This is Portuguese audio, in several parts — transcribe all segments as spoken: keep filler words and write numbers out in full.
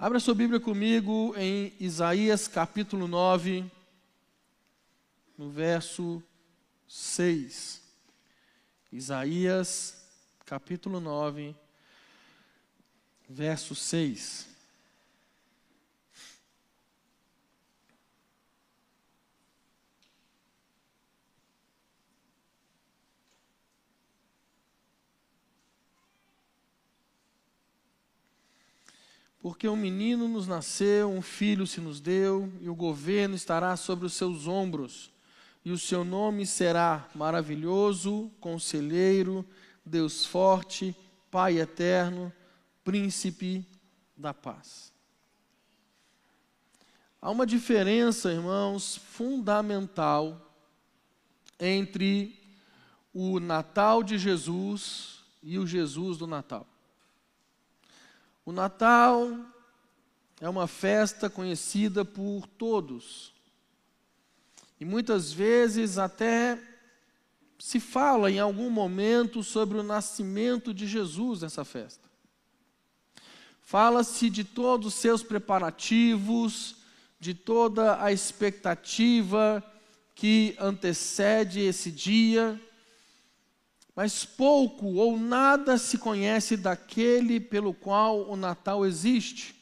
Abra sua Bíblia comigo em Isaías capítulo nove, no verso seis. Isaías capítulo nove, verso seis. Porque um menino nos nasceu, um filho se nos deu, e o governo estará sobre os seus ombros. E o seu nome será Maravilhoso, Conselheiro, Deus Forte, Pai Eterno, Príncipe da Paz. Há uma diferença, irmãos, fundamental entre o Natal de Jesus e o Jesus do Natal. O Natal é uma festa conhecida por todos. E muitas vezes até se fala em algum momento sobre o nascimento de Jesus nessa festa. Fala-se de todos os seus preparativos, de toda a expectativa que antecede esse dia, mas pouco ou nada se conhece daquele pelo qual o Natal existe.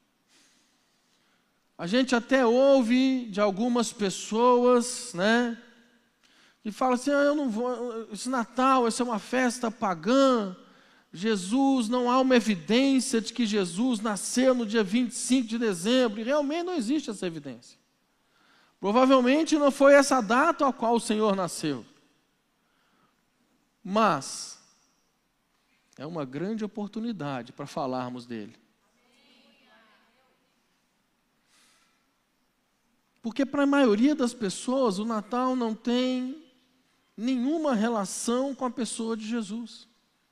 A gente até ouve de algumas pessoas, né, que falam assim, ah, eu não vou, esse Natal, essa é uma festa pagã, Jesus, não há uma evidência de que Jesus nasceu no dia vinte e cinco de dezembro, e realmente não existe essa evidência. Provavelmente não foi essa data a qual o Senhor nasceu. Mas é uma grande oportunidade para falarmos dele. Porque para a maioria das pessoas, o Natal não tem nenhuma relação com a pessoa de Jesus.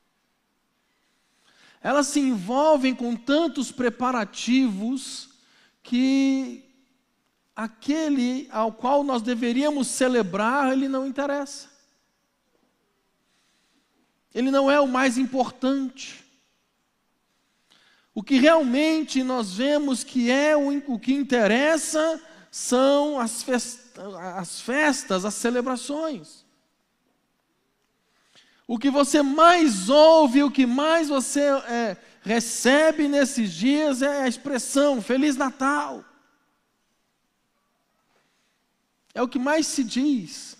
Elas se envolvem com tantos preparativos que aquele ao qual nós deveríamos celebrar, ele não interessa. Ele não é o mais importante. O que realmente nós vemos que é o, o que interessa são as, festa, as festas, as celebrações. O que você mais ouve, o que mais você é, recebe nesses dias é a expressão Feliz Natal. É o que mais se diz.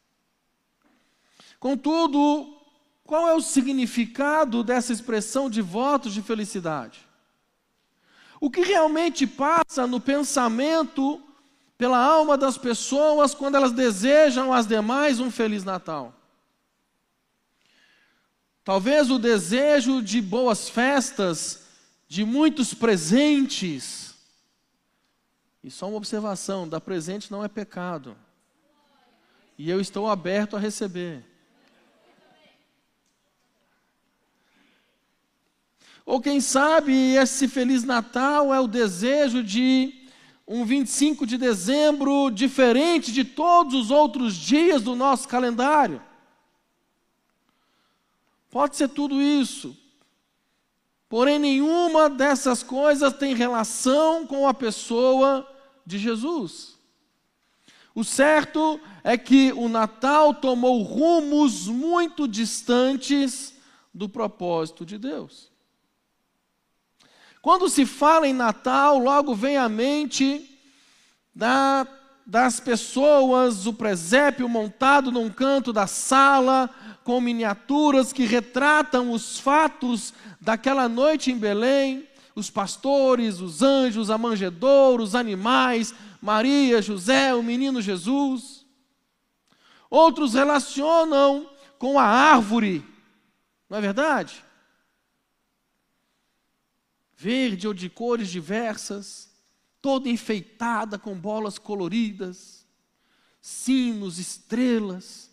Contudo, qual é o significado dessa expressão de votos de felicidade? O que realmente passa no pensamento, pela alma das pessoas, quando elas desejam às demais um Feliz Natal? Talvez o desejo de boas festas, de muitos presentes. E só uma observação, dar presente não é pecado. E eu estou aberto a receber. Ou quem sabe esse Feliz Natal é o desejo de um vinte e cinco de dezembro diferente de todos os outros dias do nosso calendário. Pode ser tudo isso. Porém, nenhuma dessas coisas tem relação com a pessoa de Jesus. O certo é que o Natal tomou rumos muito distantes do propósito de Deus. Quando se fala em Natal, logo vem à mente da, das pessoas, o presépio montado num canto da sala, com miniaturas que retratam os fatos daquela noite em Belém, os pastores, os anjos, a manjedoura, os animais, Maria, José, o menino Jesus. Outros relacionam com a árvore, não é verdade? Verde ou de cores diversas, toda enfeitada com bolas coloridas, sinos, estrelas.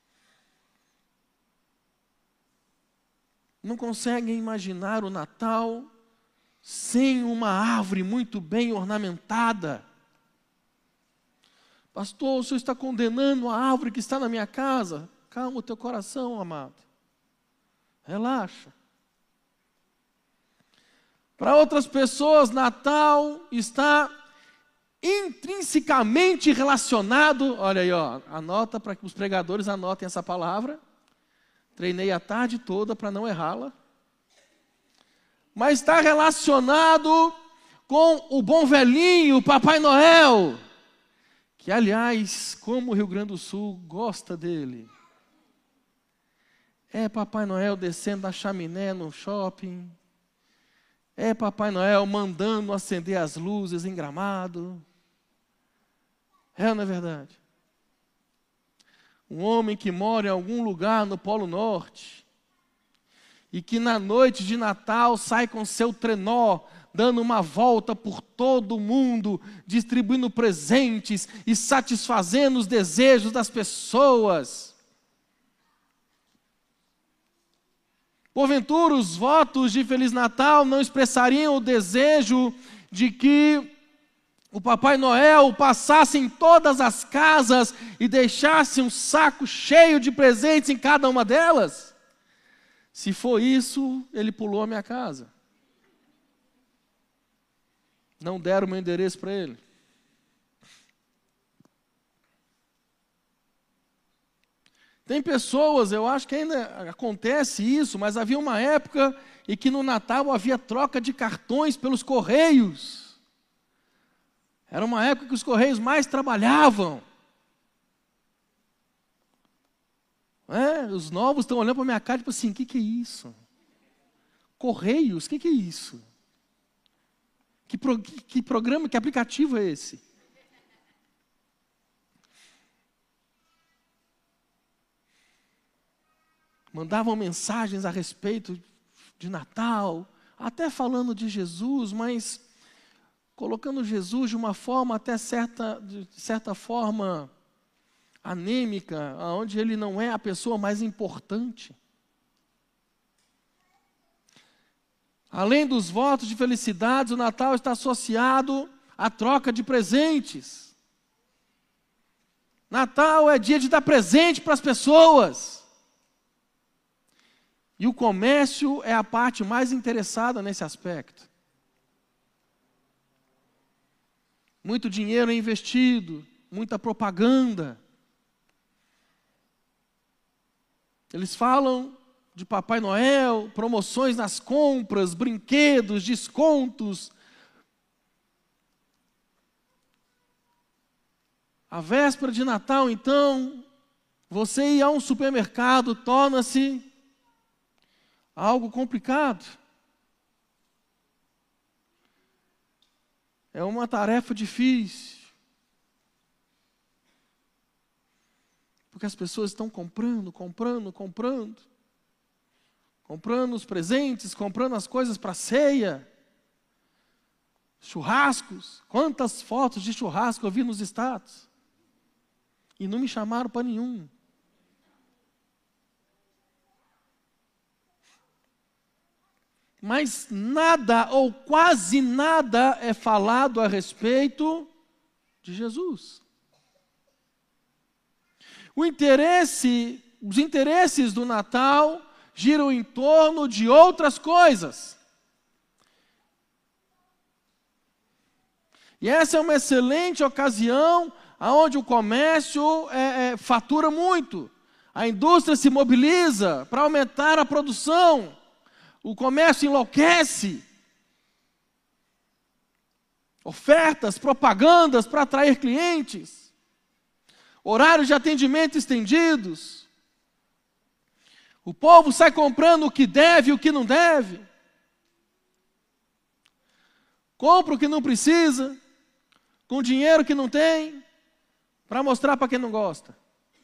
Não conseguem imaginar o Natal sem uma árvore muito bem ornamentada. Pastor, o senhor está condenando a árvore que está na minha casa? Calma o teu coração, amado. Relaxa. Para outras pessoas, Natal está intrinsecamente relacionado, olha aí, ó, anota para que os pregadores anotem essa palavra. Treinei a tarde toda para não errá-la. Mas está relacionado com o bom velhinho, o Papai Noel, que, aliás, como o Rio Grande do Sul gosta dele. É Papai Noel descendo da chaminé no shopping. É Papai Noel mandando acender as luzes em Gramado. É ou não é verdade? Um homem que mora em algum lugar no Polo Norte e que na noite de Natal sai com seu trenó, dando uma volta por todo o mundo, distribuindo presentes e satisfazendo os desejos das pessoas. Porventura, os votos de Feliz Natal não expressariam o desejo de que o Papai Noel passasse em todas as casas e deixasse um saco cheio de presentes em cada uma delas? Se for isso, ele pulou a minha casa. Não deram o meu endereço para ele. Tem pessoas, eu acho que ainda acontece isso, mas havia uma época em que no Natal havia troca de cartões pelos correios. Era uma época que os correios mais trabalhavam. É, os novos estão olhando para a minha cara e tipo assim, o que, que é isso? Correios, o que, que é isso? Que, pro, que, que programa, que aplicativo é esse? Mandavam mensagens a respeito de Natal, até falando de Jesus, mas colocando Jesus de uma forma até certa, de certa forma anêmica, onde ele não é a pessoa mais importante. Além dos votos de felicidades, o Natal está associado à troca de presentes. Natal é dia de dar presente para as pessoas. E o comércio é a parte mais interessada nesse aspecto. Muito dinheiro é investido, muita propaganda. Eles falam de Papai Noel, promoções nas compras, brinquedos, descontos. A véspera de Natal, então, você ir a um supermercado torna-se algo complicado. É uma tarefa difícil. Porque as pessoas estão comprando, comprando, comprando. Comprando os presentes, comprando as coisas para a ceia. Churrascos. Quantas fotos de churrasco eu vi nos status. E não me chamaram para nenhum. Mas nada ou quase nada é falado a respeito de Jesus. O interesse, os interesses do Natal giram em torno de outras coisas. E essa é uma excelente ocasião onde o comércio é, é, fatura muito. A indústria se mobiliza para aumentar a produção. O comércio enlouquece. Ofertas, propagandas para atrair clientes. Horários de atendimento estendidos. O povo sai comprando o que deve e o que não deve. Compra o que não precisa, com dinheiro que não tem, para mostrar para quem não gosta.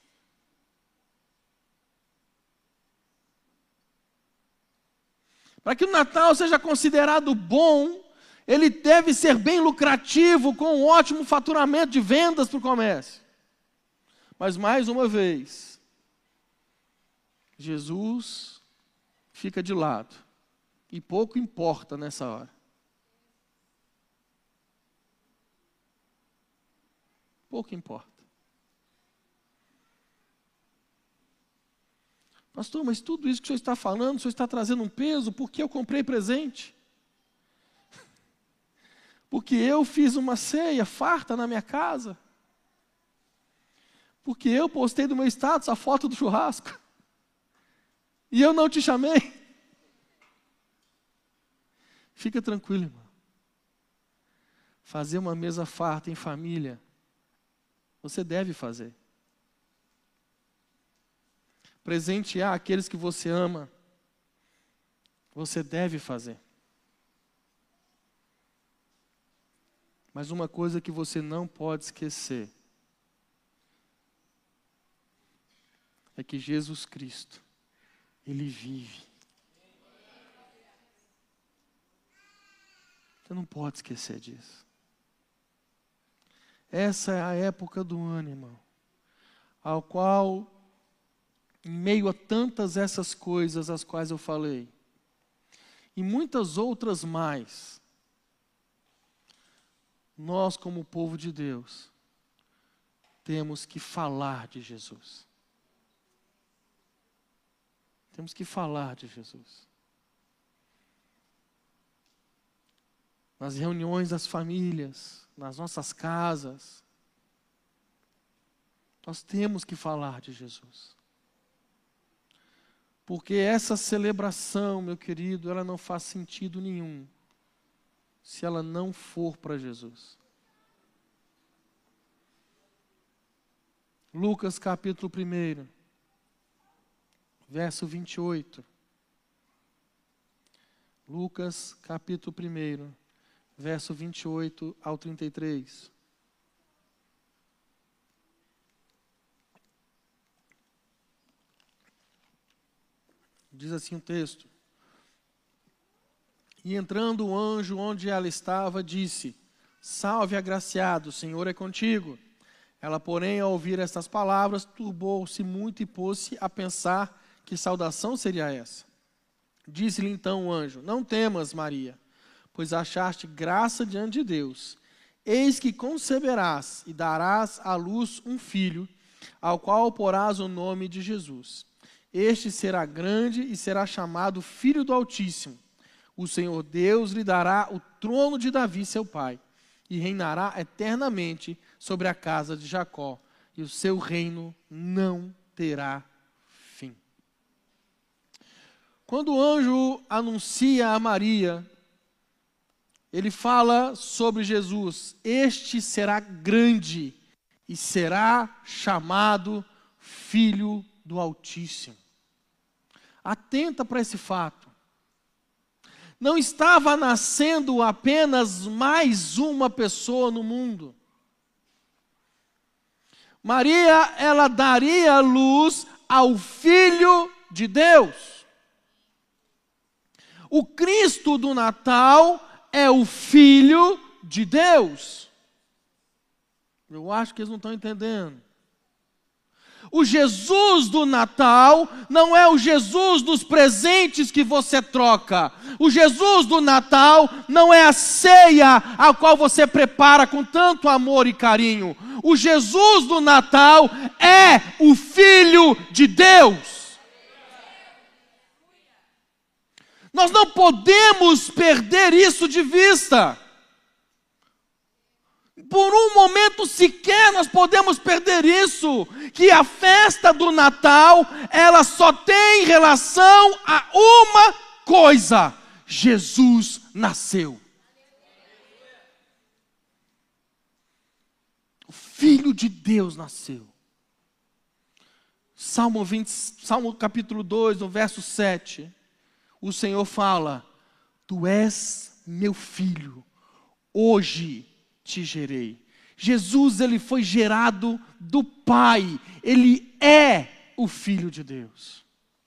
Para que o Natal seja considerado bom, ele deve ser bem lucrativo, com um ótimo faturamento de vendas para o comércio. Mas, mais uma vez, Jesus fica de lado. E pouco importa nessa hora. Pouco importa. Pastor, mas tudo isso que o senhor está falando, o senhor está trazendo um peso, porque eu comprei presente. Porque eu fiz uma ceia farta na minha casa. Porque eu postei no meu status a foto do churrasco. E eu não te chamei. Fica tranquilo, irmão. Fazer uma mesa farta em família, você deve fazer. Presentear aqueles que você ama, você deve fazer. Mas uma coisa que você não pode esquecer é que Jesus Cristo, Ele vive. Você não pode esquecer disso. Essa é a época do ano, irmão, ao qual, em meio a tantas essas coisas as quais eu falei, e muitas outras mais, nós, como povo de Deus, temos que falar de Jesus. Temos que falar de Jesus. Nas reuniões das famílias, nas nossas casas, nós temos que falar de Jesus. Porque essa celebração, meu querido, ela não faz sentido nenhum se ela não for para Jesus. Lucas capítulo um, verso vinte e oito. Lucas capítulo um, verso vinte e oito ao trinta e três. Diz assim o texto: E entrando o anjo onde ela estava, disse: Salve, agraciado, o Senhor é contigo. Ela, porém, ao ouvir estas palavras, turbou-se muito e pôs-se a pensar que saudação seria essa. Disse-lhe então o anjo: Não temas, Maria, pois achaste graça diante de Deus. Eis que conceberás e darás à luz um filho, ao qual porás o nome de Jesus. Este será grande e será chamado Filho do Altíssimo. O Senhor Deus lhe dará o trono de Davi, seu pai, e reinará eternamente sobre a casa de Jacó, e o seu reino não terá fim. Quando o anjo anuncia a Maria, ele fala sobre Jesus: este será grande e será chamado Filho do Altíssimo. Atenta para esse fato. Não estava nascendo apenas mais uma pessoa no mundo. Maria, ela daria luz ao Filho de Deus. O Cristo do Natal é o Filho de Deus. Eu acho que eles não estão entendendo. O Jesus do Natal não é o Jesus dos presentes que você troca. O Jesus do Natal não é a ceia a qual você prepara com tanto amor e carinho. O Jesus do Natal é o Filho de Deus. Nós não podemos perder isso de vista. Por um momento sequer nós podemos perder isso, que a festa do Natal, ela só tem relação a uma coisa: Jesus nasceu. O Filho de Deus nasceu. Salmo vinte, Salmo capítulo dois, no verso sete, o Senhor fala: Tu és meu filho, hoje te gerei. Jesus, ele foi gerado do Pai. Ele é o Filho de Deus.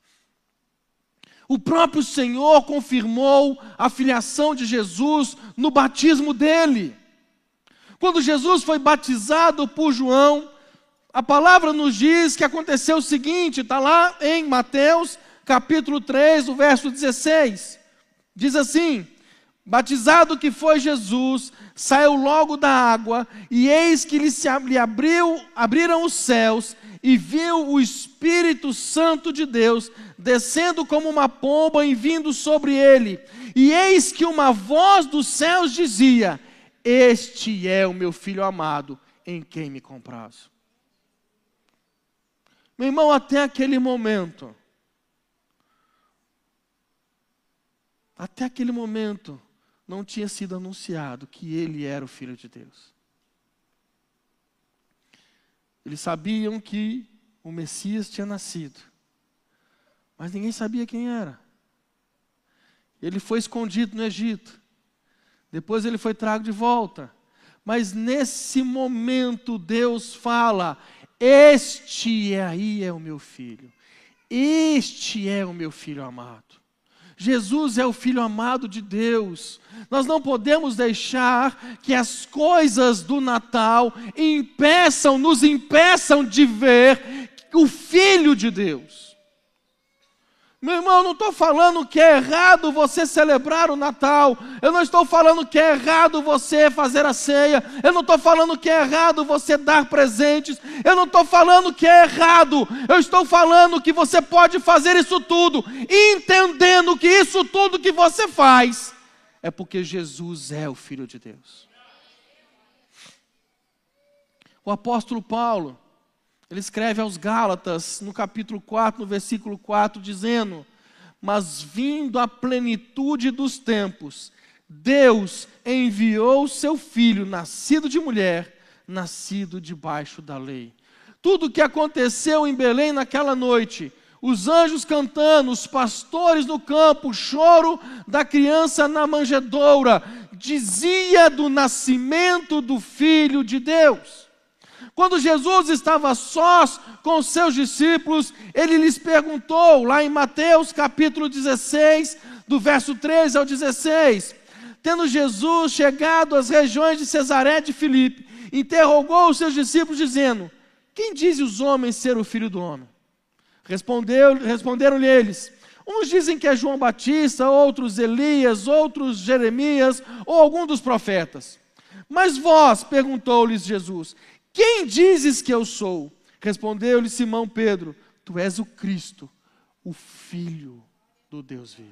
O próprio Senhor confirmou a filiação de Jesus no batismo dele. Quando Jesus foi batizado por João, a palavra nos diz que aconteceu o seguinte, está lá em Mateus capítulo três, o verso dezesseis. Diz assim: Batizado que foi Jesus, saiu logo da água, e eis que lhe, se lhe abriu, abriram os céus, e viu o Espírito Santo de Deus, descendo como uma pomba e vindo sobre ele. E eis que uma voz dos céus dizia: este é o meu filho amado, em quem me comprazo. Meu irmão, até aquele momento, até aquele momento, não tinha sido anunciado que ele era o Filho de Deus. Eles sabiam que o Messias tinha nascido, mas ninguém sabia quem era. Ele foi escondido no Egito, depois ele foi trago de volta, mas nesse momento Deus fala: este aí é o meu filho, este é o meu filho amado. Jesus é o Filho amado de Deus. Nós não podemos deixar que as coisas do Natal impeçam, nos impeçam de ver o Filho de Deus. Meu irmão, eu não estou falando que é errado você celebrar o Natal. Eu não estou falando que é errado você fazer a ceia. Eu não estou falando que é errado você dar presentes. Eu não estou falando que é errado. Eu estou falando que você pode fazer isso tudo, entendendo que isso tudo que você faz é porque Jesus é o Filho de Deus. O apóstolo Paulo, ele escreve aos Gálatas, no capítulo quatro, no versículo quatro, dizendo: mas vindo a plenitude dos tempos, Deus enviou o seu Filho, nascido de mulher, nascido debaixo da lei. Tudo o que aconteceu em Belém naquela noite, os anjos cantando, os pastores no campo, o choro da criança na manjedoura, dizia do nascimento do Filho de Deus. Quando Jesus estava sós com os seus discípulos, ele lhes perguntou, lá em Mateus capítulo dezesseis, do verso treze ao dezesseis, tendo Jesus chegado às regiões de Cesaré de Filipe, interrogou os seus discípulos dizendo: quem diz os homens ser o Filho do Homem? Respondeu, responderam-lhe eles: uns dizem que é João Batista, outros Elias, outros Jeremias, ou algum dos profetas. Mas vós, perguntou-lhes Jesus, quem dizes que eu sou? Respondeu-lhe Simão Pedro: tu és o Cristo, o Filho do Deus vivo.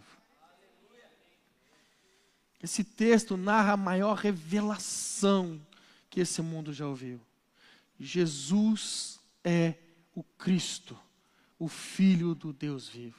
Esse texto narra a maior revelação que esse mundo já ouviu. Jesus é o Cristo, o Filho do Deus vivo.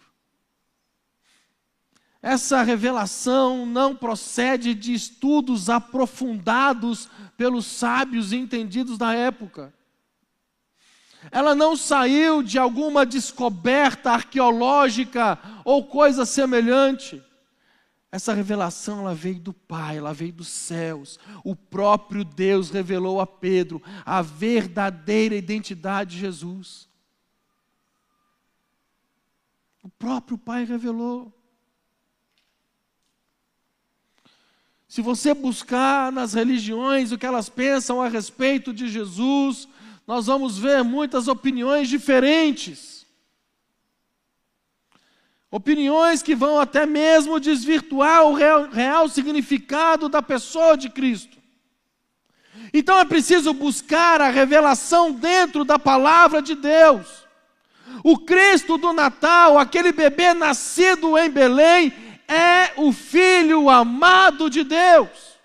Essa revelação não procede de estudos aprofundados pelos sábios e entendidos da época. Ela não saiu de alguma descoberta arqueológica ou coisa semelhante. Essa revelação ela veio do Pai, ela veio dos céus. O próprio Deus revelou a Pedro a verdadeira identidade de Jesus. O próprio Pai revelou. Se você buscar nas religiões o que elas pensam a respeito de Jesus, nós vamos ver muitas opiniões diferentes. Opiniões que vão até mesmo desvirtuar o real, real significado da pessoa de Cristo. Então é preciso buscar a revelação dentro da palavra de Deus. O Cristo do Natal, aquele bebê nascido em Belém, é o Filho amado de Deus.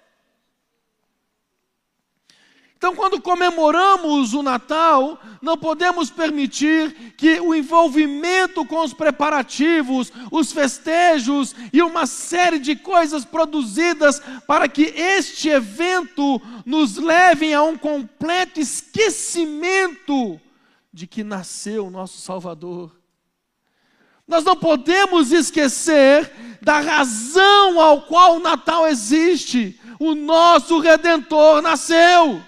Então, quando comemoramos o Natal, não podemos permitir que o envolvimento com os preparativos, os festejos e uma série de coisas produzidas para que este evento nos levem a um completo esquecimento de que nasceu o nosso Salvador. Nós não podemos esquecer da razão ao qual o Natal existe. O nosso Redentor nasceu.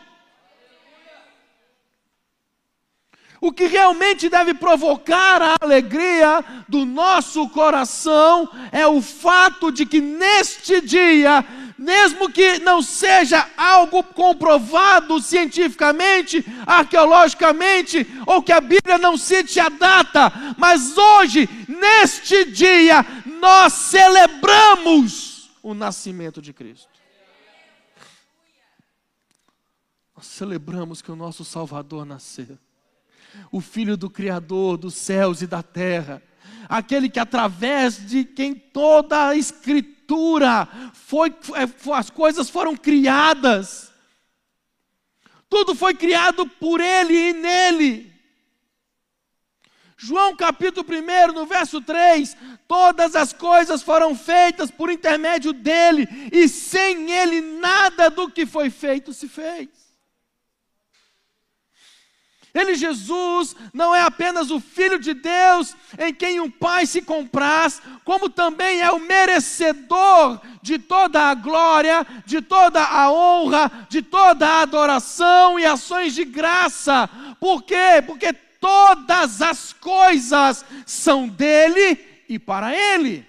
O que realmente deve provocar a alegria do nosso coração é o fato de que neste dia, mesmo que não seja algo comprovado cientificamente, arqueologicamente, ou que a Bíblia não cite a data, mas hoje, neste dia, nós celebramos o nascimento de Cristo. Nós celebramos que o nosso Salvador nasceu. O Filho do Criador dos céus e da terra, aquele que através de quem toda a Escritura criatura, foi, as coisas foram criadas. Tudo foi criado por Ele e nele. João capítulo um, no verso três, todas as coisas foram feitas por intermédio dele, e sem ele nada do que foi feito se fez. Ele, Jesus, não é apenas o Filho de Deus, em quem um Pai se compraz, como também é o merecedor de toda a glória, de toda a honra, de toda a adoração e ações de graça. Por quê? Porque todas as coisas são dele e para ele.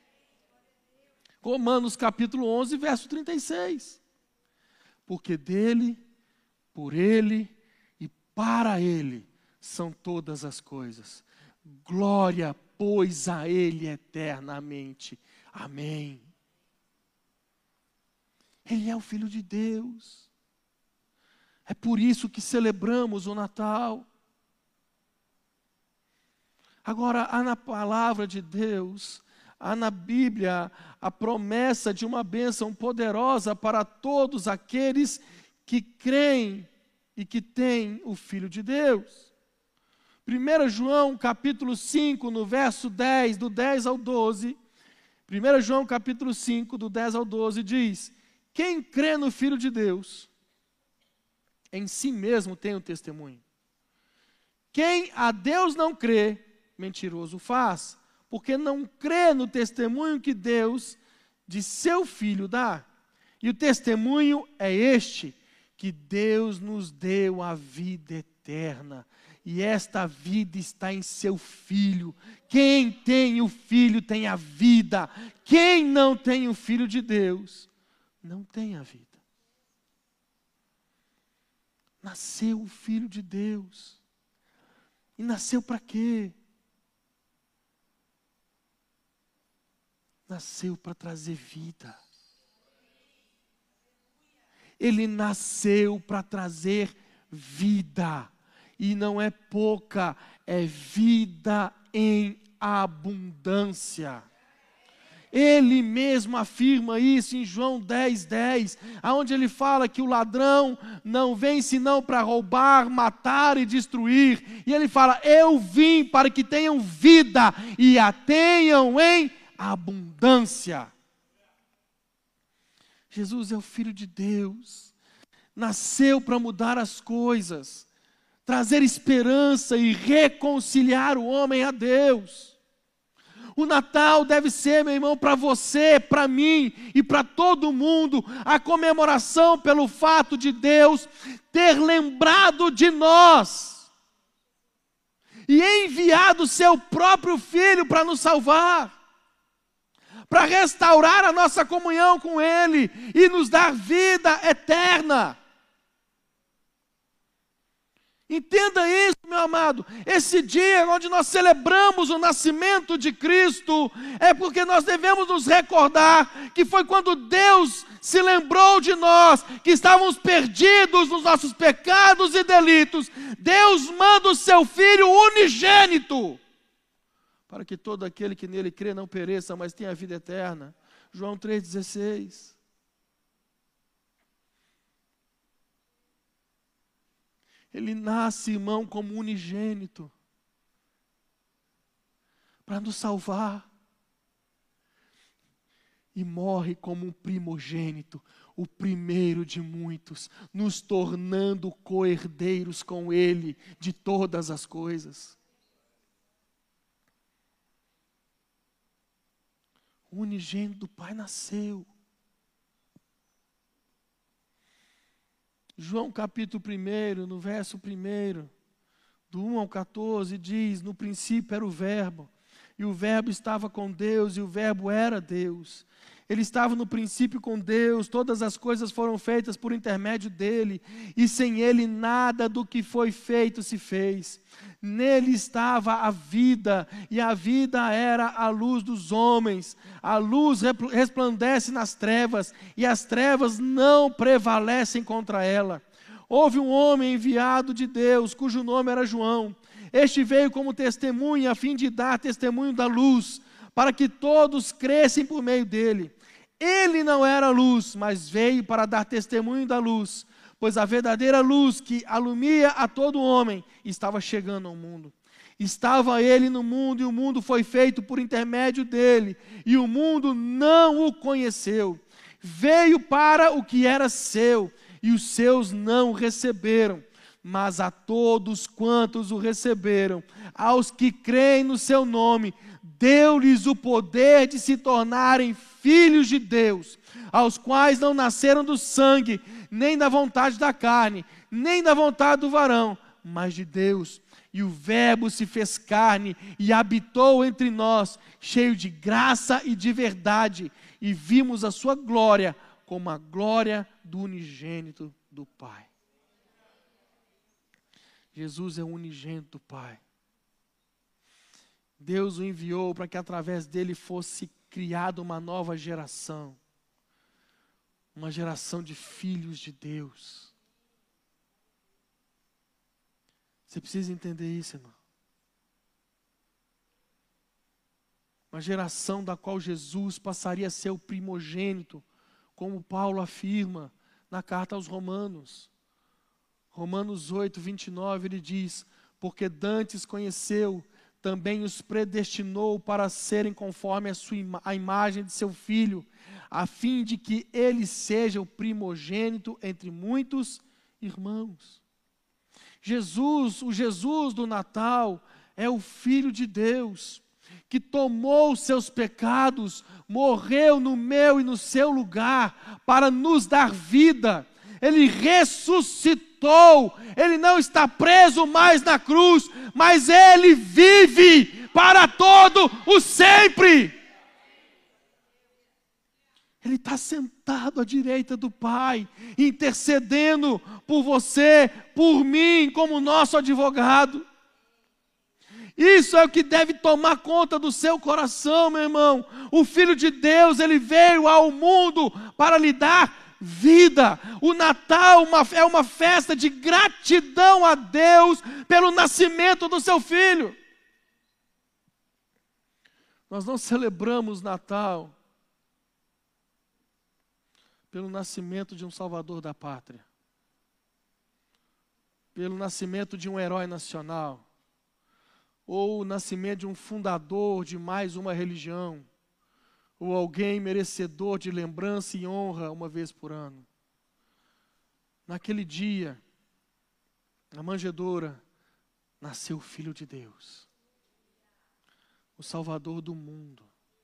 Romanos capítulo onze, verso trinta e seis. Porque dele, por ele e para ele são todas as coisas. Glória, pois, a ele eternamente. Amém. Ele é o Filho de Deus. É por isso que celebramos o Natal. Agora, há na palavra de Deus, há na Bíblia a promessa de uma bênção poderosa para todos aqueles que creem e que têm o Filho de Deus. primeiro João capítulo cinco, no verso dez, do dez ao doze, primeiro João capítulo cinco, do dez ao doze, diz: quem crê no Filho de Deus, em si mesmo tem o testemunho. Quem a Deus não crê, mentiroso faz, porque não crê no testemunho que Deus de seu Filho dá. E o testemunho é este, que Deus nos deu a vida eterna, e esta vida está em seu Filho. Quem tem o Filho tem a vida. Quem não tem o Filho de Deus, não tem a vida. Nasceu o Filho de Deus. E nasceu para quê? Nasceu para trazer vida. Ele nasceu para trazer vida. E não é pouca, é vida em abundância. Ele mesmo afirma isso em João dez, dez, onde ele fala que o ladrão não vem senão para roubar, matar e destruir. E ele fala: eu vim para que tenham vida e a tenham em abundância. Jesus é o Filho de Deus, nasceu para mudar as coisas, trazer esperança e reconciliar o homem a Deus. O Natal deve ser, meu irmão, para você, para mim e para todo mundo, a comemoração pelo fato de Deus ter lembrado de nós e enviado seu próprio Filho para nos salvar, para restaurar a nossa comunhão com Ele e nos dar vida eterna. Entenda isso, meu amado. Esse dia onde nós celebramos o nascimento de Cristo, é porque nós devemos nos recordar que foi quando Deus se lembrou de nós, que estávamos perdidos nos nossos pecados e delitos. Deus manda o seu Filho unigênito, para que todo aquele que nele crê não pereça, mas tenha vida eterna. João três, dezesseis. Ele nasce, irmão, como unigênito, para nos salvar. E morre como um primogênito, o primeiro de muitos, nos tornando co-herdeiros com Ele de todas as coisas. O unigênito do Pai nasceu. João capítulo um, no verso um, do um ao quatorze, diz: no princípio era o verbo, e o verbo estava com Deus, e o verbo era Deus. Ele estava no princípio com Deus, todas as coisas foram feitas por intermédio dele, e sem ele nada do que foi feito se fez. Nele estava a vida, e a vida era a luz dos homens. A luz resplandece nas trevas, e as trevas não prevalecem contra ela. Houve um homem enviado de Deus, cujo nome era João. Este veio como testemunha, a fim de dar testemunho da luz, para que todos crescem por meio dele. Ele não era luz, mas veio para dar testemunho da luz, pois a verdadeira luz que alumia a todo homem estava chegando ao mundo. Estava ele no mundo e o mundo foi feito por intermédio dele, e o mundo não o conheceu. Veio para o que era seu, e os seus não o receberam. Mas a todos quantos o receberam, aos que creem no seu nome, deu-lhes o poder de se tornarem filhos de Deus, aos quais não nasceram do sangue, nem da vontade da carne, nem da vontade do varão, mas de Deus. E o Verbo se fez carne e habitou entre nós, cheio de graça e de verdade, e vimos a sua glória como a glória do unigênito do Pai. Jesus é o unigênito do Pai. Deus o enviou para que através dele fosse criada uma nova geração. Uma geração de filhos de Deus. Você precisa entender isso, irmão. Uma geração da qual Jesus passaria a ser o primogênito, como Paulo afirma na carta aos Romanos. Romanos oito, vinte e nove, ele diz: porque dantes conheceu, também os predestinou para serem conforme a, sua ima- a imagem de seu Filho, a fim de que ele seja o primogênito entre muitos irmãos. Jesus, o Jesus do Natal, é o Filho de Deus, que tomou os seus pecados, morreu no meu e no seu lugar, para nos dar vida. Ele ressuscitou, ele não está preso mais na cruz, mas ele vive para todo o sempre. Ele está sentado à direita do Pai, intercedendo por você, por mim, como nosso advogado. Isso é o que deve tomar conta do seu coração, meu irmão. O Filho de Deus, ele veio ao mundo para lhe dar vida. O Natal uma, é uma festa de gratidão a Deus pelo nascimento do seu Filho. Nós não celebramos Natal pelo nascimento de um salvador da pátria, pelo nascimento de um herói nacional, ou o nascimento de um fundador de mais uma religião, ou alguém merecedor de lembrança e honra uma vez por ano. Naquele dia, na manjedoura, nasceu o Filho de Deus, o Salvador do mundo.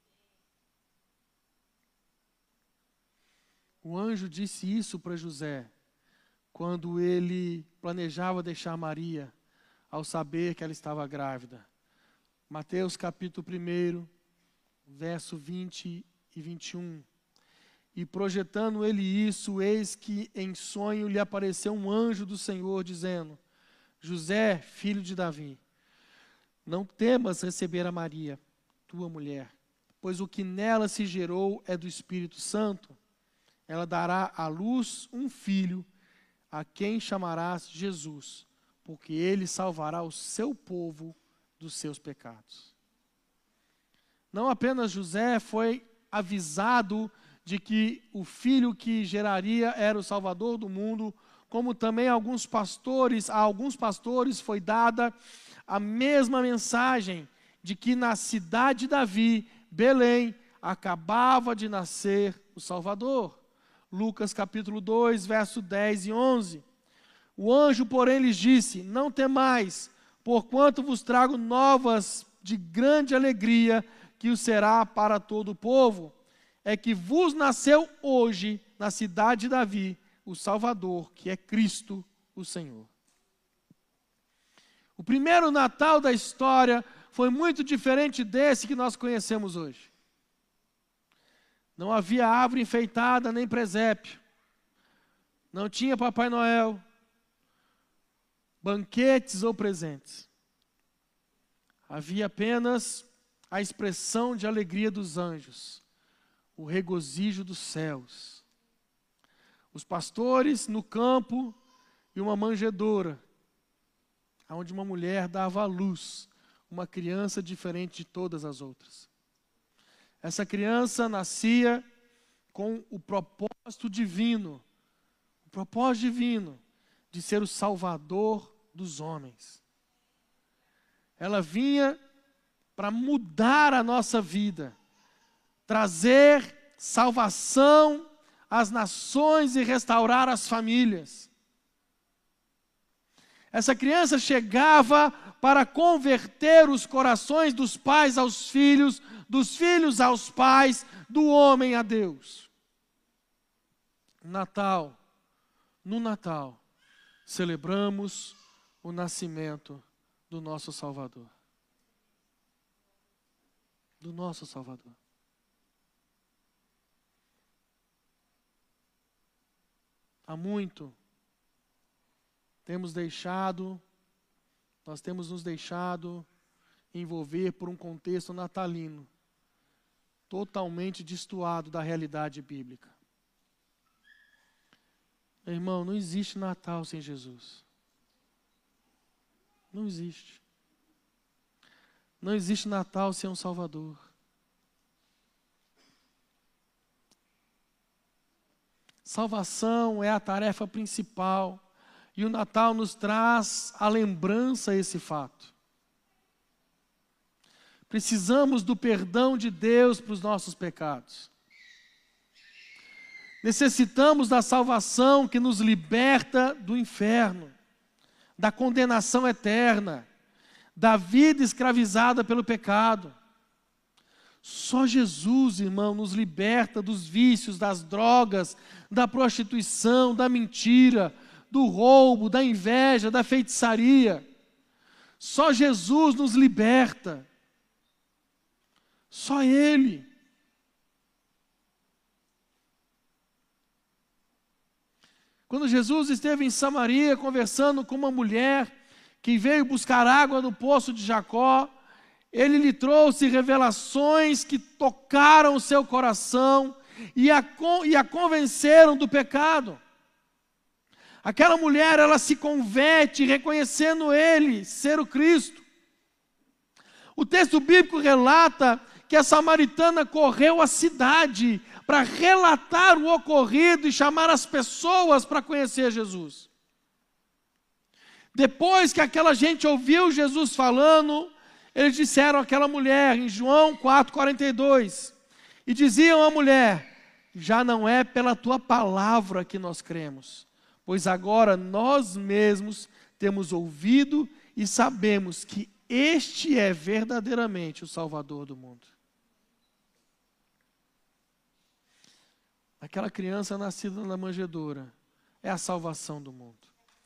O anjo disse isso para José, quando ele planejava deixar Maria, ao saber que ela estava grávida. Mateus capítulo um, verso vinte e vinte e um. E projetando ele isso, eis que em sonho lhe apareceu um anjo do Senhor, dizendo: José, filho de Davi, não temas receber a Maria, tua mulher, pois o que nela se gerou é do Espírito Santo. Ela dará à luz um filho, a quem chamarás Jesus, porque ele salvará o seu povo dos seus pecados. Não apenas José foi avisado de que o filho que geraria era o Salvador do mundo, como também alguns pastores, a alguns pastores foi dada a mesma mensagem de que na cidade de Davi, Belém, acabava de nascer o Salvador. Lucas capítulo dois, verso dez e onze. O anjo, porém, lhes disse: não temais, porquanto vos trago novas de grande alegria, que o será para todo o povo. É que vos nasceu hoje, na cidade de Davi, o Salvador, que é Cristo o Senhor. O primeiro Natal da história foi muito diferente desse que nós conhecemos hoje. Não havia árvore enfeitada, nem presépio. Não tinha Papai Noel, banquetes ou presentes. Havia apenas a expressão de alegria dos anjos, o regozijo dos céus. Os pastores no campo e uma manjedoura, onde uma mulher dava à luz uma criança diferente de todas as outras. Essa criança nascia com o propósito divino, o propósito divino de ser o Salvador dos homens. Ela vinha para mudar a nossa vida, trazer salvação às nações e restaurar as famílias. Essa criança chegava para converter os corações dos pais aos filhos, dos filhos aos pais, do homem a Deus. Natal, no Natal, celebramos o nascimento do nosso Salvador. Do nosso Salvador. Há muito temos deixado, nós temos nos deixado envolver por um contexto natalino, totalmente destoado da realidade bíblica. Meu irmão, não existe Natal sem Jesus. Não existe. Não existe Natal sem um Salvador. Salvação é a tarefa principal. E o Natal nos traz a lembrança a esse fato. Precisamos do perdão de Deus para os nossos pecados. Necessitamos da salvação que nos liberta do inferno, da condenação eterna, da vida escravizada pelo pecado. Só Jesus, irmão, nos liberta dos vícios, das drogas, da prostituição, da mentira, do roubo, da inveja, da feitiçaria. Só Jesus nos liberta. Só Ele. Quando Jesus esteve em Samaria conversando com uma mulher que veio buscar água no poço de Jacó, Ele lhe trouxe revelações que tocaram o seu coração e a, e a convenceram do pecado. Aquela mulher, ela se converte reconhecendo Ele ser o Cristo. O texto bíblico relata que a samaritana correu à cidade para relatar o ocorrido e chamar as pessoas para conhecer Jesus. Depois que aquela gente ouviu Jesus falando, eles disseram àquela mulher, em João quatro, quarenta e dois, e diziam à mulher: já não é pela tua palavra que nós cremos, pois agora nós mesmos temos ouvido e sabemos que este é verdadeiramente o Salvador do mundo. Aquela criança nascida na manjedoura é a salvação do mundo.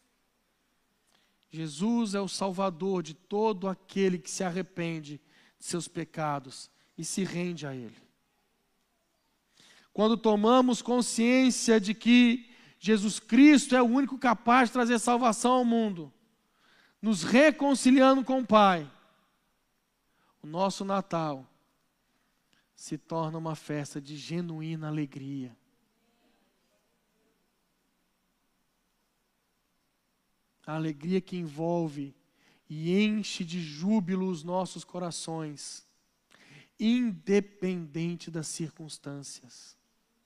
Jesus é o Salvador de todo aquele que se arrepende de seus pecados e se rende a Ele. Quando tomamos consciência de que Jesus Cristo é o único capaz de trazer salvação ao mundo, nos reconciliando com o Pai, o nosso Natal se torna uma festa de genuína alegria. A alegria que envolve e enche de júbilo os nossos corações, independente das circunstâncias.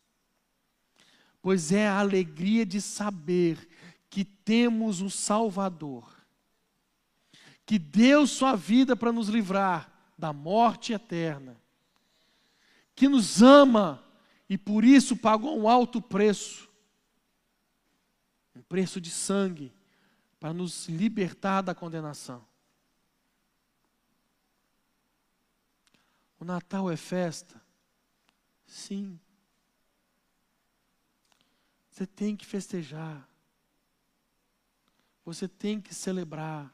Pois é a alegria de saber que temos um Salvador, que deu sua vida para nos livrar da morte eterna, que nos ama e por isso pagou um alto preço, um preço de sangue, para nos libertar da condenação. O Natal é festa? Sim. Você tem que festejar. Você tem que celebrar.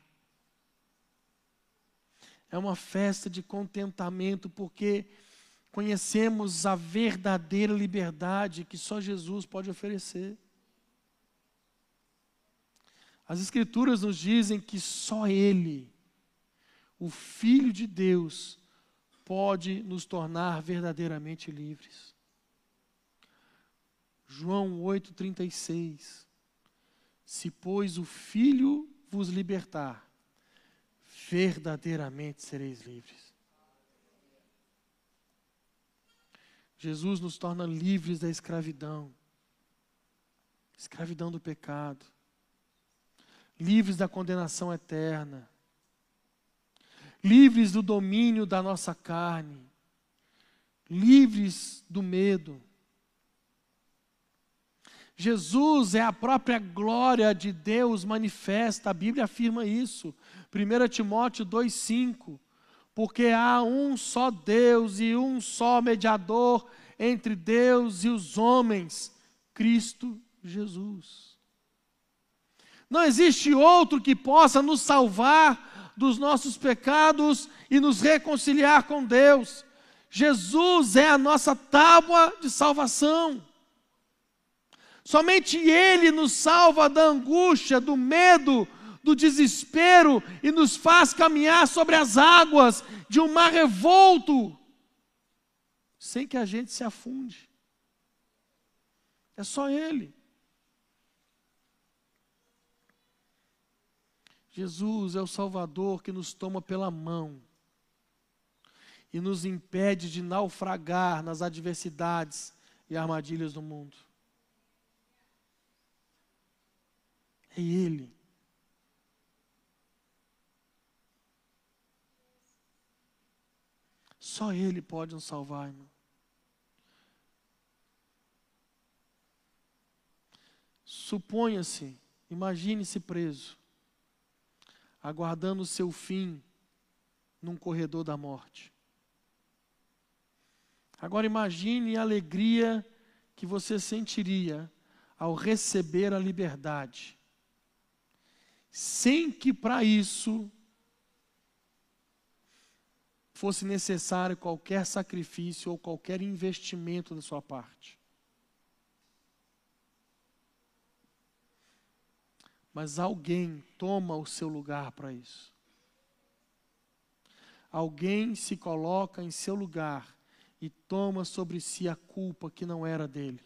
É uma festa de contentamento, porque conhecemos a verdadeira liberdade que só Jesus pode oferecer. As Escrituras nos dizem que só Ele, o Filho de Deus, pode nos tornar verdadeiramente livres. João oito, trinta e seis. Se, pois, o Filho vos libertar, verdadeiramente sereis livres. Jesus nos torna livres da escravidão, escravidão do pecado, livres da condenação eterna, livres do domínio da nossa carne, livres do medo. Jesus é a própria glória de Deus manifesta, a Bíblia afirma isso. primeira Timóteo dois, cinco. Porque há um só Deus e um só mediador entre Deus e os homens, Cristo Jesus. Não existe outro que possa nos salvar dos nossos pecados e nos reconciliar com Deus. Jesus é a nossa tábua de salvação. Somente Ele nos salva da angústia, do medo, do desespero e nos faz caminhar sobre as águas de um mar revolto, sem que a gente se afunde. É só Ele. Jesus é o Salvador que nos toma pela mão e nos impede de naufragar nas adversidades e armadilhas do mundo. É Ele. Só Ele pode nos salvar, irmão. Suponha-se, imagine-se preso, aguardando o seu fim num corredor da morte. Agora imagine a alegria que você sentiria ao receber a liberdade, sem que para isso fosse necessário qualquer sacrifício ou qualquer investimento da sua parte. Mas alguém toma o seu lugar para isso. Alguém se coloca em seu lugar e toma sobre si a culpa que não era dele.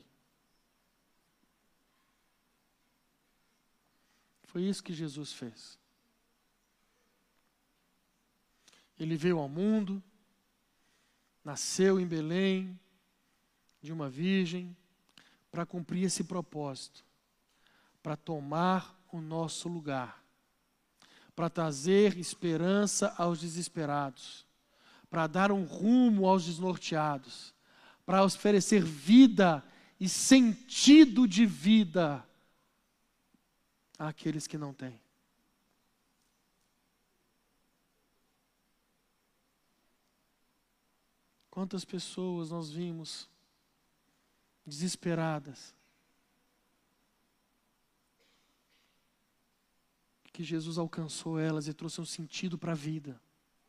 Foi isso que Jesus fez. Ele veio ao mundo, nasceu em Belém, de uma virgem, para cumprir esse propósito, para tomar o nosso lugar, para trazer esperança aos desesperados, para dar um rumo aos desnorteados, para oferecer vida e sentido de vida àqueles que não têm. Quantas pessoas nós vimos desesperadas, que Jesus alcançou elas e trouxe um sentido para a vida.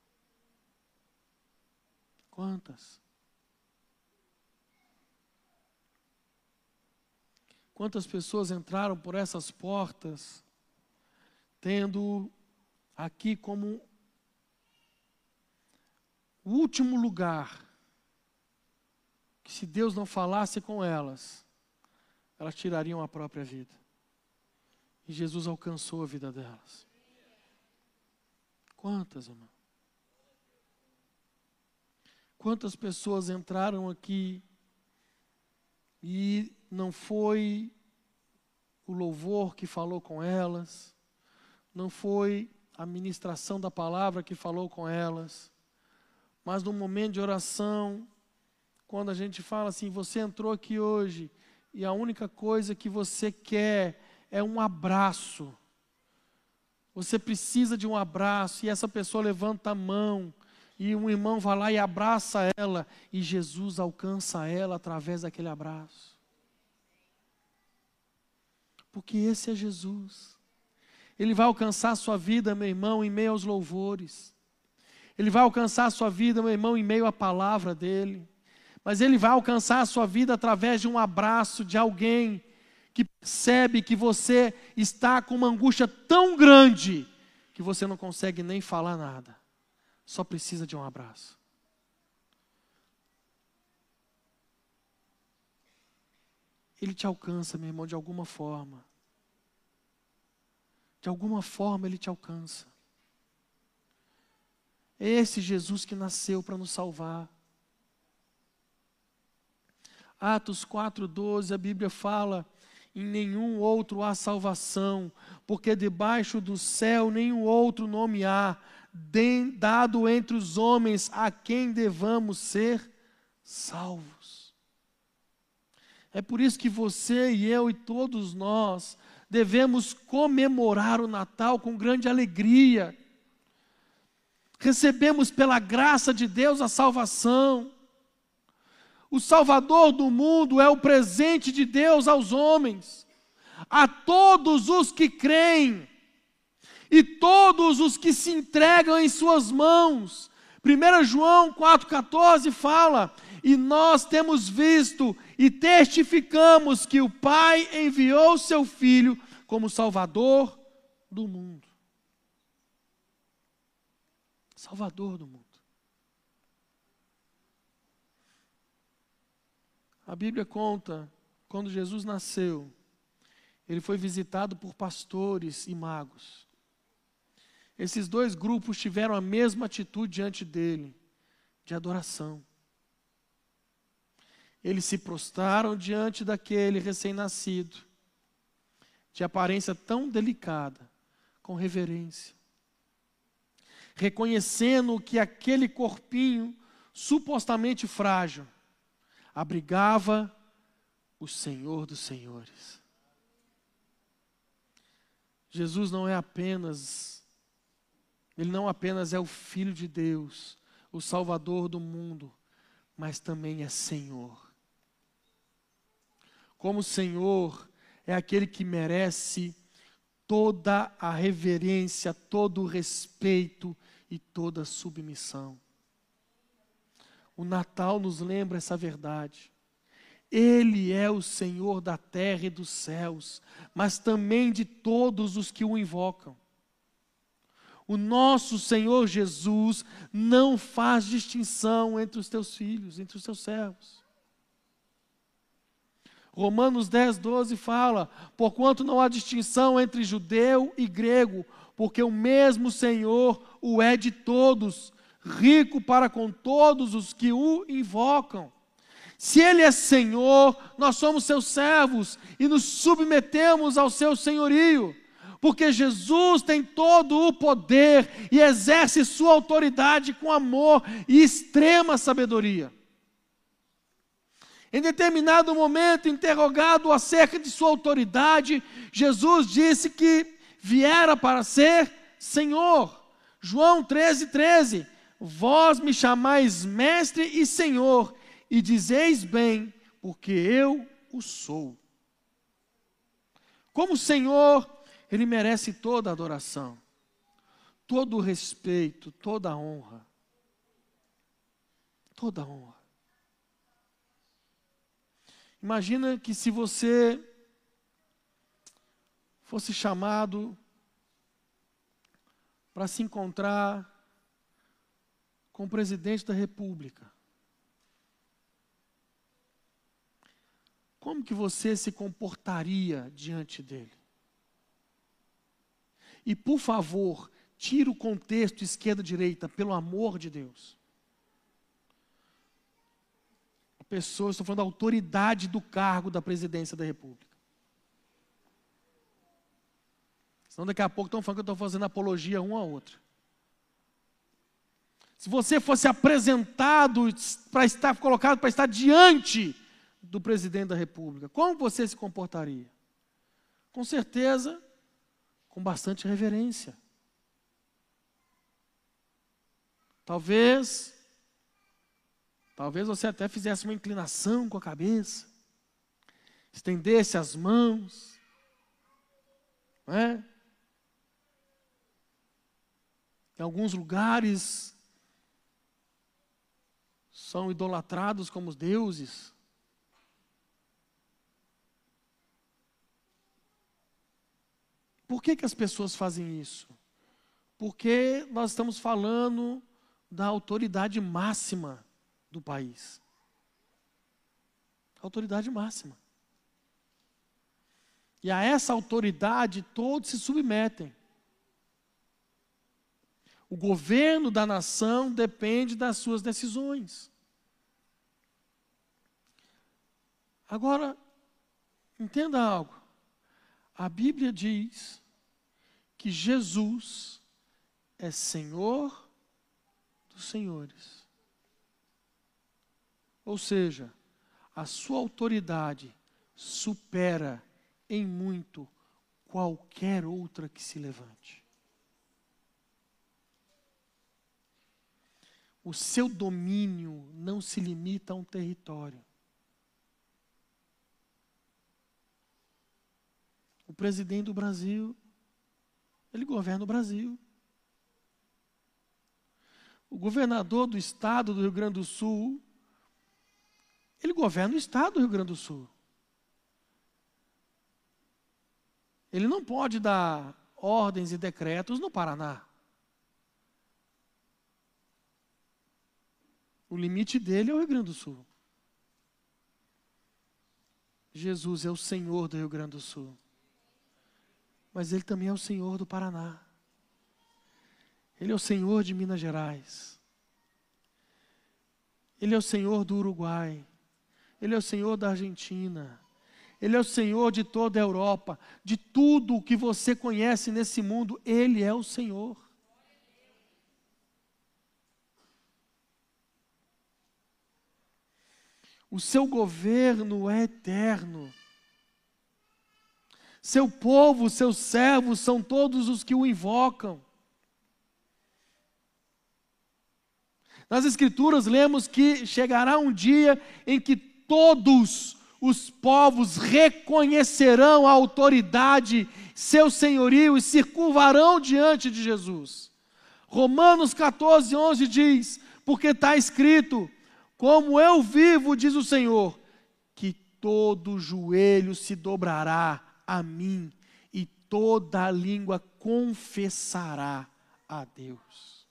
Quantas? Quantas pessoas entraram por essas portas, tendo aqui como o último lugar, que se Deus não falasse com elas, elas tirariam a própria vida. E Jesus alcançou a vida delas. Quantas, irmão? Quantas pessoas entraram aqui e não foi o louvor que falou com elas, não foi a ministração da palavra que falou com elas, mas no momento de oração, quando a gente fala assim, você entrou aqui hoje e a única coisa que você quer é um abraço. Você precisa de um abraço e essa pessoa levanta a mão e um irmão vai lá e abraça ela e Jesus alcança ela através daquele abraço. Porque esse é Jesus. Ele vai alcançar a sua vida, meu irmão, em meio aos louvores. Ele vai alcançar a sua vida, meu irmão, em meio à palavra dele. Mas Ele vai alcançar a sua vida através de um abraço de alguém que percebe que você está com uma angústia tão grande que você não consegue nem falar nada. Só precisa de um abraço. Ele te alcança, meu irmão, de alguma forma. De alguma forma Ele te alcança. É esse Jesus que nasceu para nos salvar. Atos quatro, doze, a Bíblia fala: em nenhum outro há salvação, porque debaixo do céu nenhum outro nome há, dado entre os homens a quem devamos ser salvos. É por isso que você e eu e todos nós devemos comemorar o Natal com grande alegria. Recebemos pela graça de Deus a salvação. O Salvador do mundo é o presente de Deus aos homens, a todos os que creem e todos os que se entregam em suas mãos. primeiro João quatro, quatorze fala: e nós temos visto e testificamos que o Pai enviou seu Filho como Salvador do mundo. Salvador do mundo. A Bíblia conta, quando Jesus nasceu, ele foi visitado por pastores e magos. Esses dois grupos tiveram a mesma atitude diante dele, de adoração. Eles se prostraram diante daquele recém-nascido, de aparência tão delicada, com reverência, reconhecendo que aquele corpinho supostamente frágil abrigava o Senhor dos Senhores. Jesus não é apenas, ele não apenas é o Filho de Deus, o Salvador do mundo, mas também é Senhor. Como Senhor, é aquele que merece toda a reverência, todo o respeito e toda a submissão. O Natal nos lembra essa verdade. Ele é o Senhor da terra e dos céus, mas também de todos os que o invocam. O nosso Senhor Jesus não faz distinção entre os teus filhos, entre os teus servos. Romanos dez, doze fala: porquanto não há distinção entre judeu e grego, porque o mesmo Senhor o é de todos, rico para com todos os que o invocam. Se Ele é Senhor, nós somos seus servos e nos submetemos ao seu senhorio, porque Jesus tem todo o poder e exerce sua autoridade com amor e extrema sabedoria. Em determinado momento, interrogado acerca de sua autoridade, Jesus disse que viera para ser Senhor. João treze, treze. Vós me chamais mestre e Senhor, e dizeis bem, porque eu o sou. Como Senhor, Ele merece toda a adoração, todo o respeito, toda a honra. Toda a honra. Imagina que se você fosse chamado para se encontrar com o presidente da República. Como que você se comportaria diante dele? E, por favor, tira o contexto esquerda-direita, pelo amor de Deus. A pessoa, estou falando da autoridade do cargo da presidência da República. Senão daqui a pouco estão falando que eu estou fazendo apologia um ao outro. Se você fosse apresentado para estar colocado para estar diante do presidente da República, como você se comportaria? Com certeza, com bastante reverência. Talvez, talvez você até fizesse uma inclinação com a cabeça, estendesse as mãos, não é? Em alguns lugares são idolatrados como deuses. Por que que as pessoas fazem isso? Porque nós estamos falando da autoridade máxima do país. Autoridade máxima. E a essa autoridade todos se submetem. O governo da nação depende das suas decisões. Agora, entenda algo. A Bíblia diz que Jesus é Senhor dos senhores. Ou seja, a sua autoridade supera em muito qualquer outra que se levante. O seu domínio não se limita a um território. O presidente do Brasil, ele governa o Brasil. O governador do estado do Rio Grande do Sul, ele governa o estado do Rio Grande do Sul. Ele não pode dar ordens e decretos no Paraná. O limite dele é o Rio Grande do Sul. Jesus é o Senhor do Rio Grande do Sul. Mas Ele também é o Senhor do Paraná. Ele é o Senhor de Minas Gerais. Ele é o Senhor do Uruguai. Ele é o Senhor da Argentina. Ele é o Senhor de toda a Europa. De tudo o que você conhece nesse mundo, Ele é o Senhor. O seu governo é eterno. Seu povo, seus servos, são todos os que o invocam. Nas Escrituras lemos que chegará um dia em que todos os povos reconhecerão a autoridade, seu senhorio e se curvarão diante de Jesus. Romanos catorze, onze diz, porque está escrito, como eu vivo, diz o Senhor, que todo joelho se dobrará a mim e toda a língua confessará a Deus.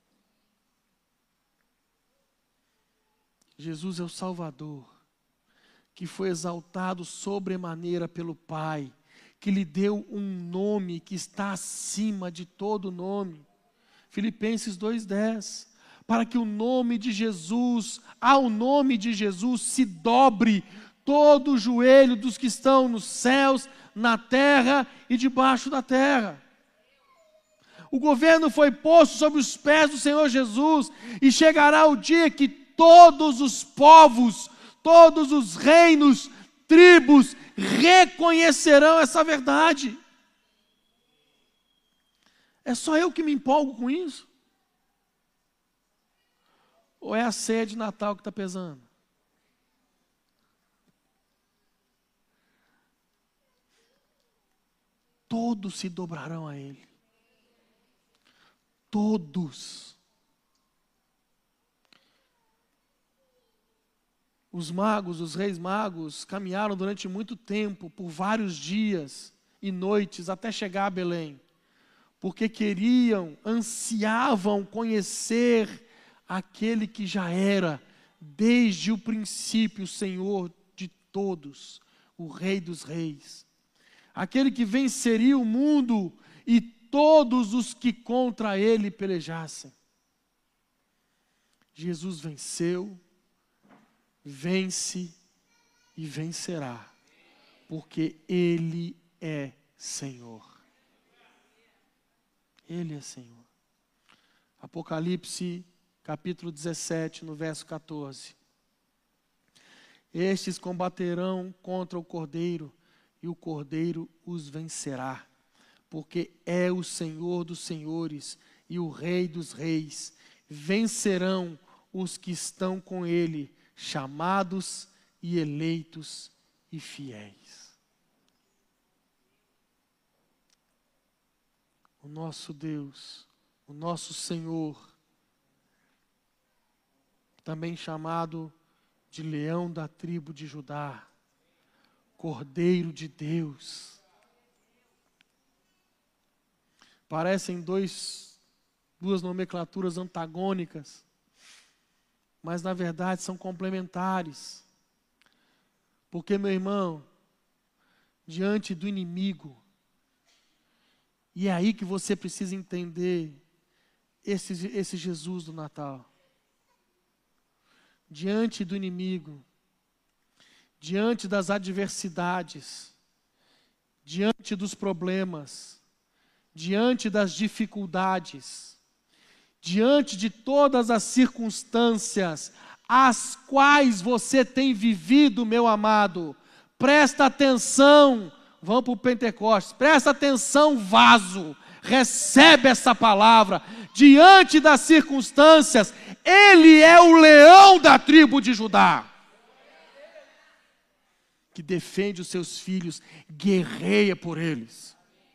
Jesus é o Salvador, que foi exaltado sobremaneira pelo Pai, que lhe deu um nome que está acima de todo nome. Filipenses dois, dez. Para que o nome de Jesus, ao nome de Jesus se dobre todo o joelho dos que estão nos céus, na terra e debaixo da terra. O governo foi posto sobre os pés do Senhor Jesus e chegará o dia que todos os povos, todos os reinos, tribos, reconhecerão essa verdade. É só eu que me empolgo com isso? Ou é a ceia de Natal que está pesando? Todos se dobrarão a Ele. Todos. Os magos, os reis magos, caminharam durante muito tempo, por vários dias e noites, até chegar a Belém. Porque queriam, ansiavam conhecer aquele que já era, desde o princípio, o Senhor de todos, o Rei dos reis. Aquele que venceria o mundo e todos os que contra ele pelejassem. Jesus venceu, vence e vencerá, porque Ele é Senhor. Ele é Senhor. Apocalipse capítulo dezessete, no verso catorze. Estes combaterão contra o Cordeiro, e o Cordeiro os vencerá, porque é o Senhor dos senhores e o Rei dos reis. Vencerão os que estão com Ele, chamados e eleitos e fiéis. O nosso Deus, o nosso Senhor, também chamado de Leão da tribo de Judá, Cordeiro de Deus. Parecem dois, duas nomenclaturas antagônicas, mas na verdade são complementares. Porque, meu irmão, diante do inimigo, e é aí que você precisa entender esse, esse Jesus do Natal. Diante do inimigo, diante das adversidades, diante dos problemas, diante das dificuldades, diante de todas as circunstâncias as quais você tem vivido, meu amado, presta atenção, vamos para o Pentecostes, presta atenção, vaso, recebe essa palavra, diante das circunstâncias, Ele é o leão da tribo de Judá, que defende os seus filhos, guerreia por eles.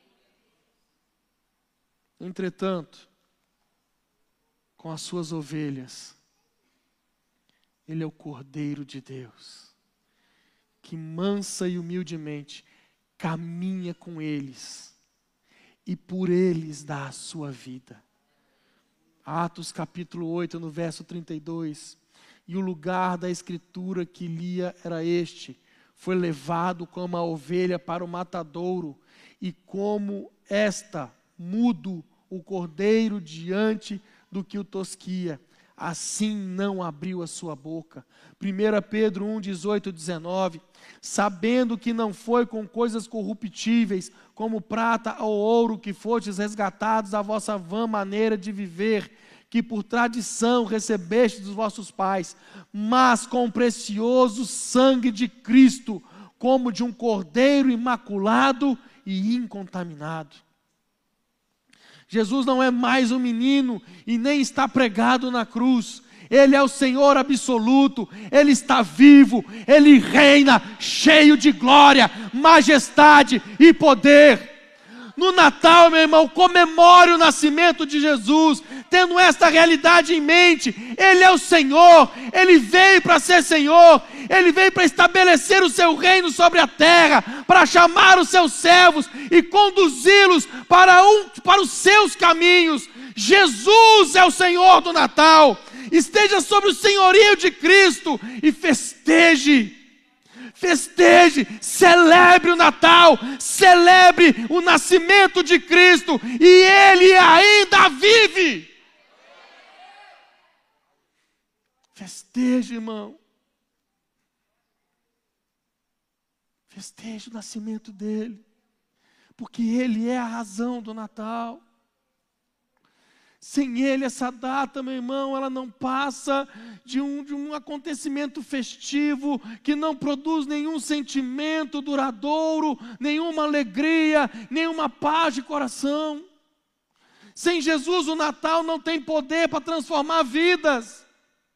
Entretanto, com as suas ovelhas, Ele é o Cordeiro de Deus, que mansa e humildemente caminha com eles, e por eles dá a sua vida. Atos capítulo oito, no verso trinta e dois, e o lugar da escritura que lia era este: foi levado como a ovelha para o matadouro, e como esta, mudo, o cordeiro diante do que o tosquia, assim não abriu a sua boca. primeira Pedro um, dezoito e dezenove, sabendo que não foi com coisas corruptíveis, como prata ou ouro, que fostes resgatados da vossa vã maneira de viver, que por tradição recebeste dos vossos pais, mas com o precioso sangue de Cristo, como de um cordeiro imaculado e incontaminado. Jesus não é mais um menino e nem está pregado na cruz. Ele é o Senhor absoluto, Ele está vivo, Ele reina cheio de glória, majestade e poder. No Natal, meu irmão, comemore o nascimento de Jesus, tendo esta realidade em mente. Ele é o Senhor, Ele veio para ser Senhor, Ele veio para estabelecer o seu reino sobre a terra, para chamar os seus servos e conduzi-los para, um, para os seus caminhos. Jesus é o Senhor do Natal. Esteja sobre o senhorio de Cristo e festeje. Festeje, celebre o Natal, celebre o nascimento de Cristo, e Ele ainda vive. Festeje, irmão. Festeje o nascimento dEle, porque Ele é a razão do Natal. Sem Ele, essa data, meu irmão, ela não passa de um, de um acontecimento festivo, que não produz nenhum sentimento duradouro, nenhuma alegria, nenhuma paz de coração. Sem Jesus, o Natal não tem poder para transformar vidas.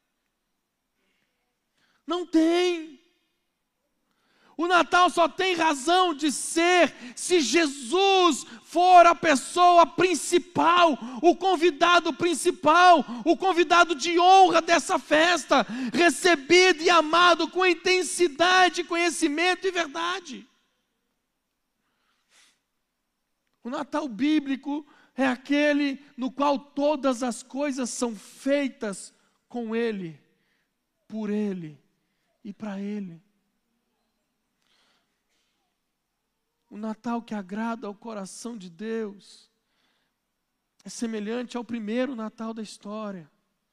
Não tem. O Natal só tem razão de ser se Jesus for a pessoa principal, o convidado principal, o convidado de honra dessa festa, recebido e amado com intensidade, conhecimento e verdade. O Natal bíblico é aquele no qual todas as coisas são feitas com Ele, por Ele e para Ele. O Natal que agrada ao coração de Deus é semelhante ao primeiro Natal da história.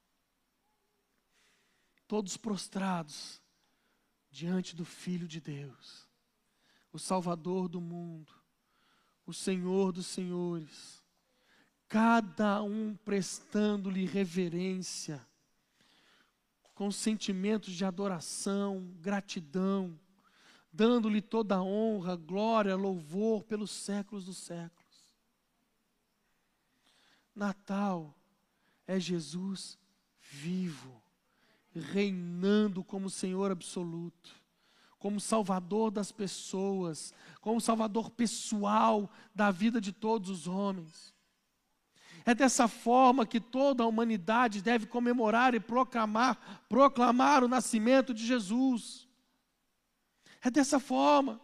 Todos prostrados diante do Filho de Deus, o Salvador do mundo, o Senhor dos senhores, cada um prestando-lhe reverência, com sentimentos de adoração, gratidão, dando-lhe toda a honra, glória, louvor pelos séculos dos séculos. Natal é Jesus vivo, reinando como Senhor absoluto, como Salvador das pessoas, como Salvador pessoal da vida de todos os homens. É dessa forma que toda a humanidade deve comemorar e proclamar, proclamar o nascimento de Jesus. É dessa forma,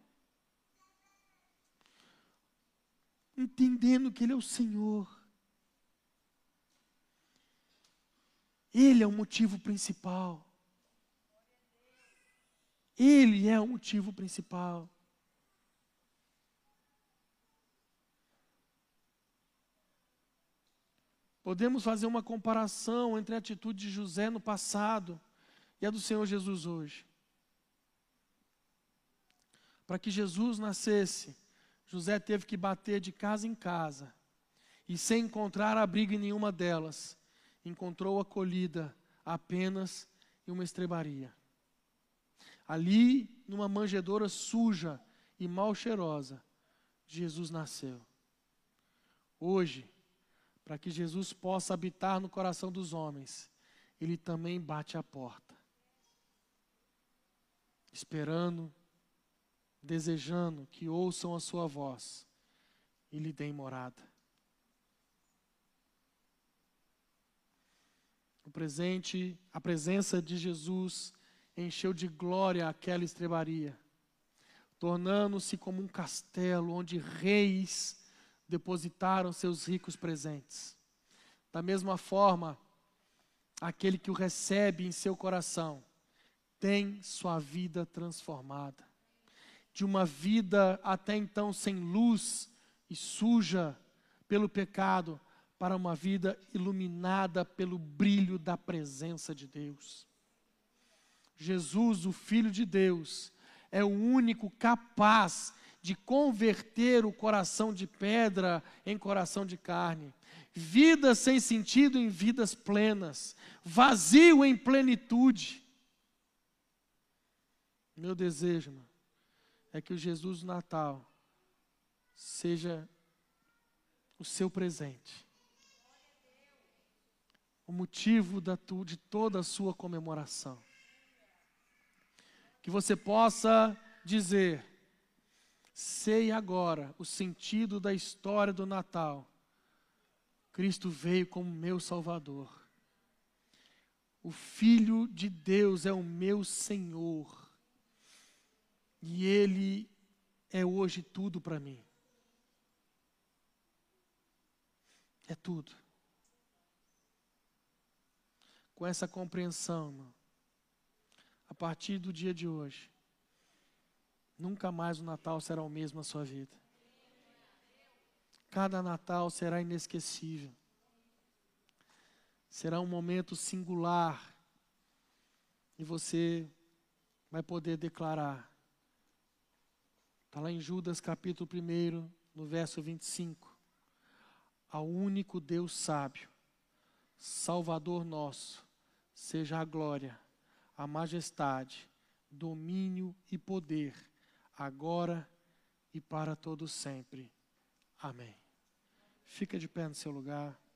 entendendo que Ele é o Senhor. Ele é o motivo principal. Ele é o motivo principal. Podemos fazer uma comparação entre a atitude de José no passado e a do Senhor Jesus hoje. Para que Jesus nascesse, José teve que bater de casa em casa. E sem encontrar abrigo em nenhuma delas, encontrou acolhida apenas em uma estrebaria. Ali, numa manjedoura suja e mal cheirosa, Jesus nasceu. Hoje, para que Jesus possa habitar no coração dos homens, Ele também bate a porta, esperando, desejando que ouçam a sua voz e lhe deem morada. O presente, a presença de Jesus encheu de glória aquela estrebaria, tornando-se como um castelo onde reis depositaram seus ricos presentes. Da mesma forma, aquele que o recebe em seu coração tem sua vida transformada. De uma vida até então sem luz e suja pelo pecado, para uma vida iluminada pelo brilho da presença de Deus. Jesus, o Filho de Deus, é o único capaz de converter o coração de pedra em coração de carne, vidas sem sentido em vidas plenas, vazio em plenitude. Meu desejo, irmão, é que o Jesus do Natal seja o seu presente, o motivo da tu, de toda a sua comemoração. Que você possa dizer: sei agora o sentido da história do Natal. Cristo veio como meu Salvador. O Filho de Deus é o meu Senhor. E Ele é hoje tudo para mim. É tudo. Com essa compreensão, irmão, a partir do dia de hoje, nunca mais o Natal será o mesmo na sua vida. Cada Natal será inesquecível. Será um momento singular. E você vai poder declarar. Está lá em Judas capítulo um, no verso vinte e cinco. Ao único Deus sábio, Salvador nosso, seja a glória, a majestade, domínio e poder, agora e para todo sempre. Amém. Fica de pé no seu lugar.